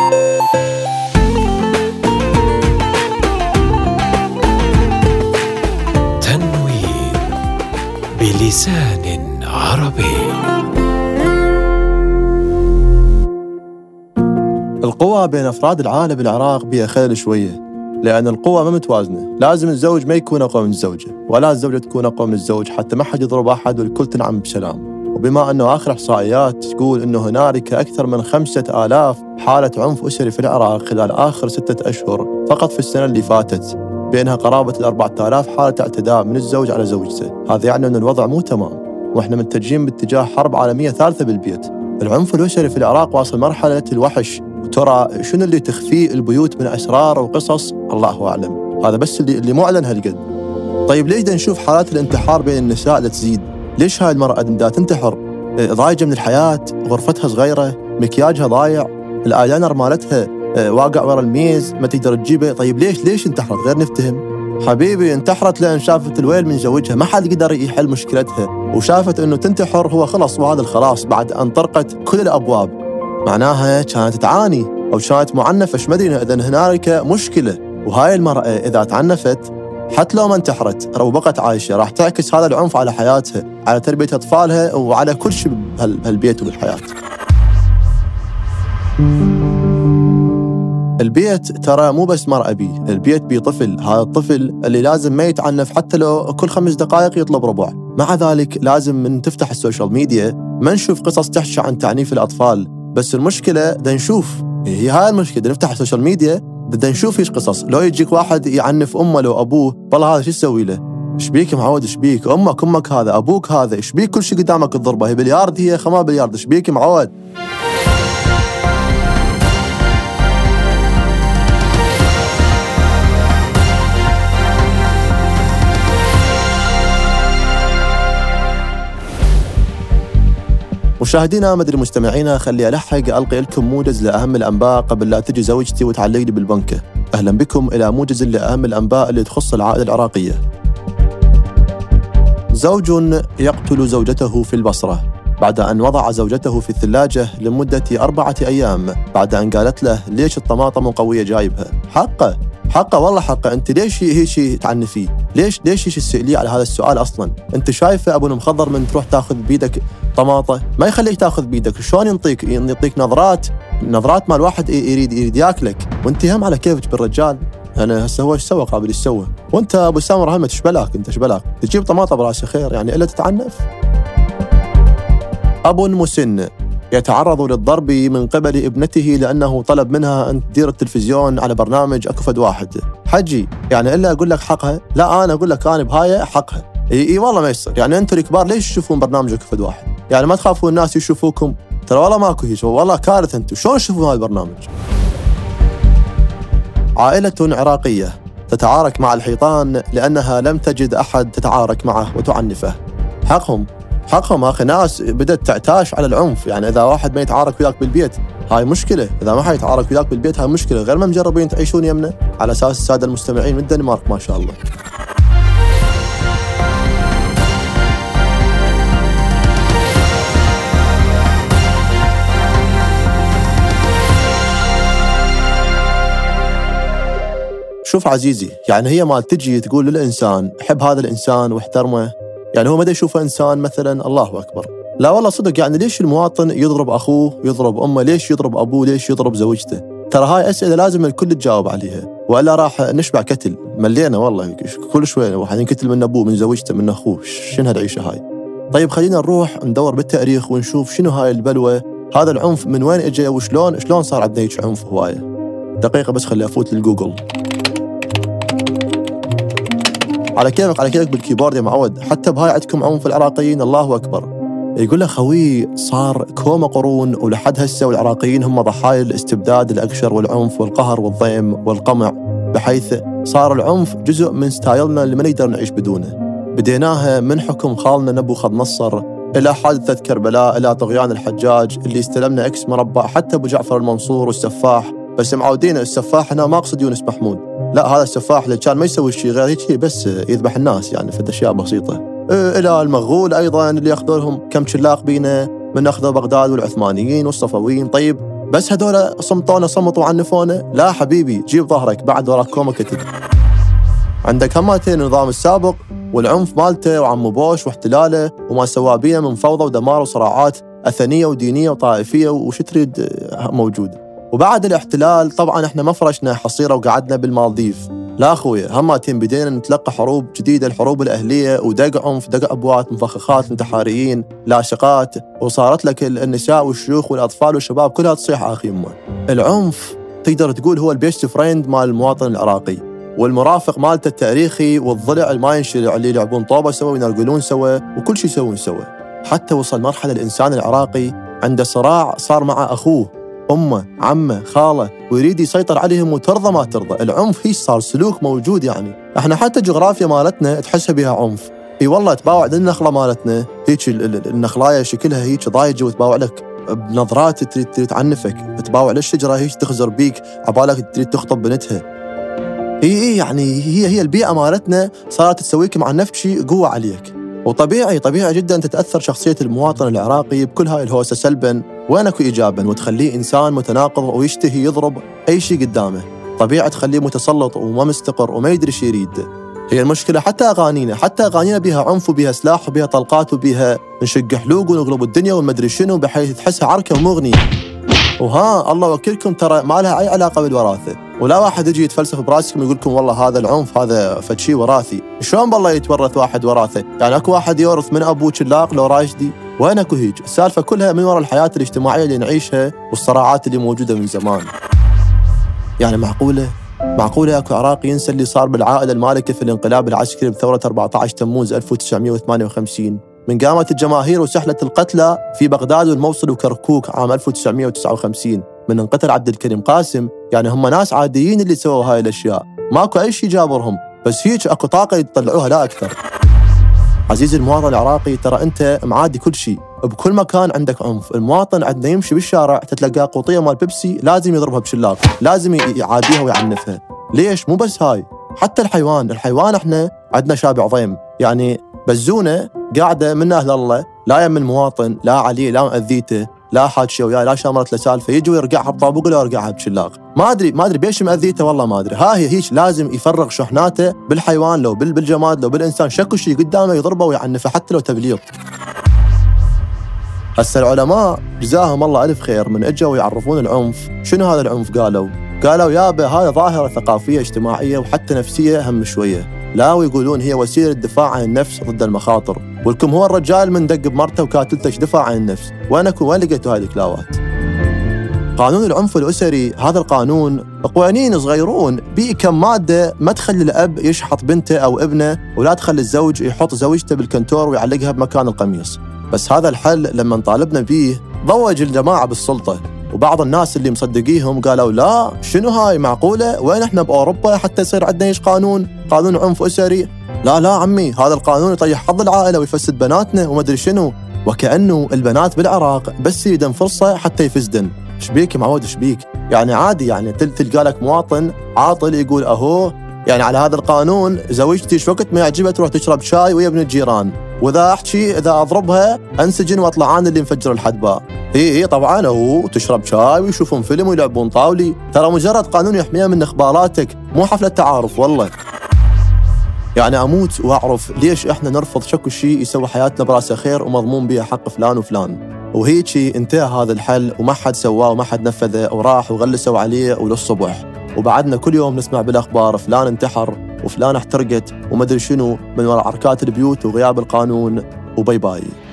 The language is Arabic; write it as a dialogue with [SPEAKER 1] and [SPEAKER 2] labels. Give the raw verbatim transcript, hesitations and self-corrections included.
[SPEAKER 1] تنوين بلسان عربي.
[SPEAKER 2] القوى بين أفراد العائلة بالعراق بها خلل شوية، لأن القوى ما متوازنة. لازم الزوج ما يكون أقوى من الزوجة، ولا الزوجة تكون أقوى من الزوج، حتى ما حد يضرب أحد والكل تنعم بسلام. وبما أنه آخر إحصائيات تقول أنه هنالك أكثر من خمسة آلاف حالة عنف أسري في العراق خلال آخر ستة أشهر فقط في السنة اللي فاتت، بينها قرابة الأربعة آلاف حالة اعتداء من الزوج على زوجته. هذا يعني أن الوضع مو تمام، وإحنا متجهين باتجاه حرب عالمية ثالثة بالبيت. العنف الأسري في العراق واصل مرحلة الوحش، وترى شنو اللي تخفيه البيوت من أسرار وقصص الله أعلم. هذا بس اللي, اللي معلن هالقد. طيب ليش دا نشوف حالات الانتحار بين النساء اللي تزيد؟ ليش هاي المرأة دا تنتحر؟ ضايجة من الحياة، غرفتها صغيرة، مكياجها ضايع، الآيلاينر مالتها واقع ورا الميز ما تقدر تجيبه. طيب ليش ليش انتحرت؟ غير نفتهم. حبيبي انتحرت لأن شافت الويل من زوجها، ما حد قدر يحل مشكلتها، وشافت أنه تنتحر هو خلص وهذا الخلاص بعد أن طرقت كل الأبواب. معناها كانت تعاني أو كانت معنفة، ايش مدري. إذا هنالك مشكلة، وهاي المرأة إذا تعنفت حتى لو ما انتحرت أو بقت عايشة راح تعكس هذا العنف على حياتها، على تربية أطفالها وعلى كل شيء بهالبيت وبالحياة. البيت ترى مو بس مرأة بيه، البيت بيه طفل. هذا الطفل اللي لازم ما يتعنف حتى لو كل خمس دقائق يطلب ربع. مع ذلك لازم من تفتح السوشيال ميديا ما نشوف قصص تحكي عن تعنيف الأطفال بس. المشكلة دا نشوف، هي هاي المشكلة، دا نفتح السوشيال ميديا بدنا نشوف ايش قصص. لو يجيك واحد يعنف أمه لو أبوه، والله هذا شو تسوي له؟ ايش بيك معود؟ ايش بيك؟ أمك أمك هذا، أبوك هذا، ايش بيك كل شيء قدامك تضربه؟ هي بليارد، هي خما بليارد، ايش بيك معود؟ مشاهدينا مدري مستمعينا، خلي ألحق ألقي لكم موجز لأهم الأنباء قبل لا تجي زوجتي وتعلقني بالبنكة. أهلا بكم إلى موجز لأهم الأنباء اللي تخص العائلة العراقية. زوج يقتل زوجته في البصرة بعد أن وضع زوجته في الثلاجة لمدة أربعة أيام بعد أن قالت له ليش الطماطم قوية جايبها. حقه حقه والله حقه. أنت ليش هيك تعنفيه؟ ليش ليش هيك تسأليه على هذا السؤال أصلاً؟ أنت شايفه أبو المخضر من تروح تأخذ بيدك طماطة ما يخليك تأخذ بيدك، شلون ينطيك ينطيك نظرات نظرات مال واحد يريد يريد ياكلك، وأنت هم على كيفك بالرجال. أنا هسه هو إيش سوى قابل إيش سوى؟ وأنت أبو سامر هم تشبلاك، أنت شبلاك تجيب طماطة براسه خير يعني إلا تتعنف. أب مسن يتعرض للضرب من قبل ابنته لأنه طلب منها أن تدير التلفزيون على برنامج أكفد واحد. حجي يعني إلا أقول لك حقها؟ لا أنا أقول لك أنا بهاي حقها. إي إي والله ما يصير. يعني أنتوا الكبار ليش تشوفون برنامج أكفد واحد؟ يعني ما تخافون الناس يشوفوكم؟ ترى والله ماكو هيك، والله كارثة. أنتوا شلون تشوفون هذا البرنامج؟ عائلة عراقية تتعارك مع الحيطان لأنها لم تجد أحد تتعارك معه وتعنفه. حقهم حقهم أخي. ناس بدأت تعتاش على العنف. يعني إذا واحد ما يتعارك وياك بالبيت هاي مشكلة، إذا ما حيتعارك وياك بالبيت هاي مشكلة. غير ما مجربين تعيشون يمنا على أساس السادة المستمعين من الدنمارك ما شاء الله. شوف عزيزي، يعني هي ما تجي تقول للإنسان حب هذا الإنسان واحترمه، يعني هو ما دا يشوفه إنسان مثلا الله أكبر. لا والله صدق. يعني ليش المواطن يضرب أخوه، يضرب أمه، ليش يضرب أبوه، ليش يضرب زوجته؟ ترى هاي أسئلة لازم الكل تجاوب عليها، وإلا راح نشبع كتل. ملينا والله كل شوي واحد ينكتل من أبوه، من زوجته، من أخوه. شنو هالعيشة هاي؟ طيب خلينا نروح ندور بالتاريخ ونشوف شنو هاي البلوى، هذا العنف من وين إجا وشلون شلون صار عندنا هيك عنف هواية. دقيقة بس خلي أفوت للجوجل. على كيفك على كيفك بالكيبورد يا معود. حتى بهاي عندكم عنف العراقيين الله أكبر. يقول له خوي صار كوم قرون ولحد هسه والعراقيين هم ضحايا الاستبداد الأقشر والعنف والقهر والضيم والقمع، بحيث صار العنف جزء من ستايلنا اللي ما نقدر نعيش بدونه. بديناها من حكم خالنا نبوخذ نصر إلى حادثة كربلاء، إلى طغيان الحجاج اللي استلمنا إكس مربع، حتى أبو جعفر المنصور والسفاح. بس معودين السفاح هنا ما أقصد يونس محمود، لا هذا السفاح اللي كان ما يسوي شيء غير هيك بس يذبح الناس يعني في أشياء بسيطة. إلى المغول أيضا اللي يأخذوا لهم كم شلاق بينا من أخذوا بغداد والعثمانيين والصفويين. طيب بس هذول صمتونا صمتوا وعنفونا؟ لا حبيبي، جيب ظهرك، بعد وراك كومة كتب. عندك همتين النظام السابق والعنف مالته وعم بوش واحتلاله وما سواه بينا من فوضى ودمار وصراعات أثنية ودينية وطائفية وش تريد موجود. وبعد الاحتلال طبعا احنا ما فرشنا حصيرة وقعدنا بالمالديف، لا أخويا، همتين بدينا نتلقى حروب جديدة، الحروب الأهلية ودق عنف، دق أبوات، مفخخات، انتحاريين، لاصقات، وصارت لك النساء والشيوخ والأطفال والشباب كلها تصيح آخي يمه. العنف تقدر تقول هو البيست فريند مال المواطن العراقي، والمرافق مالته التاريخي والضلع اللي ما ينشرع، اللي يلعبون طوبة سوا وينرقلون سوا وكل شيء يسوون سوا. حتى وصل مرحلة الإنسان العراقي عنده صراع صار مع أخوه، أمه، عمه، خاله، ويريد يسيطر عليهم وترضى ما ترضى. العنف هيش صار سلوك موجود. يعني احنا حتى الجغرافيا مالتنا تحسها بها عنف. اي والله تباوع النخلة مالتنا هيك النخلاية شكلها هيك ضايجة وتباوع لك بنظرات تريد تعنفك، تباوع للشجرة هيك تخزر بيك عبالك تريد تخطب بنتها. اي اي يعني هي هي البيئة مالتنا صارت تسويك مع نفسك قوة عليك. وطبيعي طبيعي جدا تتأثر شخصية المواطن العراقي بكل هاي الهوسة سلبا وينك إيجابا، وتخليه إنسان متناقض ويشتهي يضرب أي شيء قدامه. طبيعي تخليه متسلط وما مستقر وما يدري شي يريد. هي المشكلة حتى أغانينا حتى أغانينا بها عنف وبها سلاح وبها طلقات وبها نشق حلوق ونقلب الدنيا والمدري شنو، بحيث تحسها عركة ومغنية. وها الله وكلكم ترى ما لها أي علاقة بالوراثة، ولا واحد يجي يتفلسف براسكم يقول لكم والله هذا العنف هذا فشي وراثي. شلون بالله يتورث واحد وراثه؟ يعني اكو واحد يورث من ابوه شلاق لو راشدي؟ وين اكو هيج؟ السالفه كلها من وراء الحياه الاجتماعيه اللي نعيشها والصراعات اللي موجوده من زمان. يعني معقوله؟ معقوله اكو عراقي ينسى اللي صار بالعائله المالكه في الانقلاب العسكري بثوره أربعة عشر تموز ألف وتسعمئة وثمانية وخمسين، من قامت الجماهير وسحلة القتلى في بغداد والموصل وكركوك عام ألف وتسعمئة وتسعة وخمسين، من انقتل عبد الكريم قاسم. يعني هم ناس عاديين اللي سووا هاي الأشياء، ماكو أي شيء جابرهم، بس هيك أكو طاقة يطلعوها لا أكثر. عزيزي المواطن العراقي، ترى أنت معادي كل شيء، بكل مكان عندك عنف. المواطن عندنا يمشي بالشارع تتلقاه قوطية مال بيبسي لازم يضربها بشلاق، لازم يعاديها ويعنفها. ليش؟ مو بس هاي، حتى الحيوان، الحيوان احنا عندنا شابع ضيم. يعني بزونة قاعدة من أهل الله، لا يم المواطن، لا عليه، لا مأذيته، لا حاجة وياه، لا شامرت له سالفة، يجي ويرقعها بطابوق ولا يرقعها بشلاق. ما أدري ما أدري بيش مأذيته، والله ما أدري. ها هي هيك لازم يفرغ شحناته بالحيوان، لو بالجماد، لو بالإنسان، شكو شيء قدامه يضربه ويعنفه حتى لو تبليط. هسه العلماء جزاهم الله ألف خير من اجوا يعرفون العنف. شنو هذا العنف؟ قالوا قالوا يابا هذا ظاهرة ثقافية اجتماعية وحتى نفسية هم شوية. لا، ويقولون هي وسيلة دفاع عن النفس ضد المخاطر. ولكم هو الرجال من دق بمرته وكاتلته ايش دفاع عن النفس؟ وينكم؟ وين لقيتوا هاي الكلاوات؟ قانون العنف الأسري، هذا القانون قوانين صغيرون بيه كم مادة ما تخلي الأب يشحط بنته أو ابنه، ولا تخلي الزوج يحط زوجته بالكنتور ويعلقها بمكان القميص. بس هذا الحل لما طالبنا بيه ضوج الجماعة بالسلطة، وبعض الناس اللي مصدقيهم قالوا لا شنو هاي معقولة؟ وين احنا بأوروبا حتى يصير عندنا ايش قانون قانون عنف أسري؟ لا لا عمي، هذا القانون يطيح حظ العائلة ويفسد بناتنا وما ادري شنو. وكأنه البنات بالعراق بس يريدن فرصة حتى يفسدن. شبيك معود شبيك؟ يعني عادي، يعني تلقى لك مواطن عاطل يقول اهو يعني على هذا القانون زوجتي شو وقت ما يعجبها تروح تشرب شاي ويا ابن الجيران، واذا احكي اذا اضربها انسجن واطلع انا اللي مفجر الحدباء. هي هي طبعا هو تشرب شاي ويشوفون فيلم ويلعبون طاولي. ترى مجرد قانون يحميها من اخباراتك، مو حفلة تعارف والله. يعني اموت واعرف ليش احنا نرفض شكو شيء يسوي حياتنا براسه خير ومضمون بها حق فلان وفلان. وهيجي انتهى هذا الحل وما حد سواه وما حد نفذه، وراح وغلسوا عليه وللصبح. وبعدنا كل يوم نسمع بالاخبار فلان انتحر وفلان احترقت وما ادري شنو من وراء عركات البيوت وغياب القانون. وباي باي.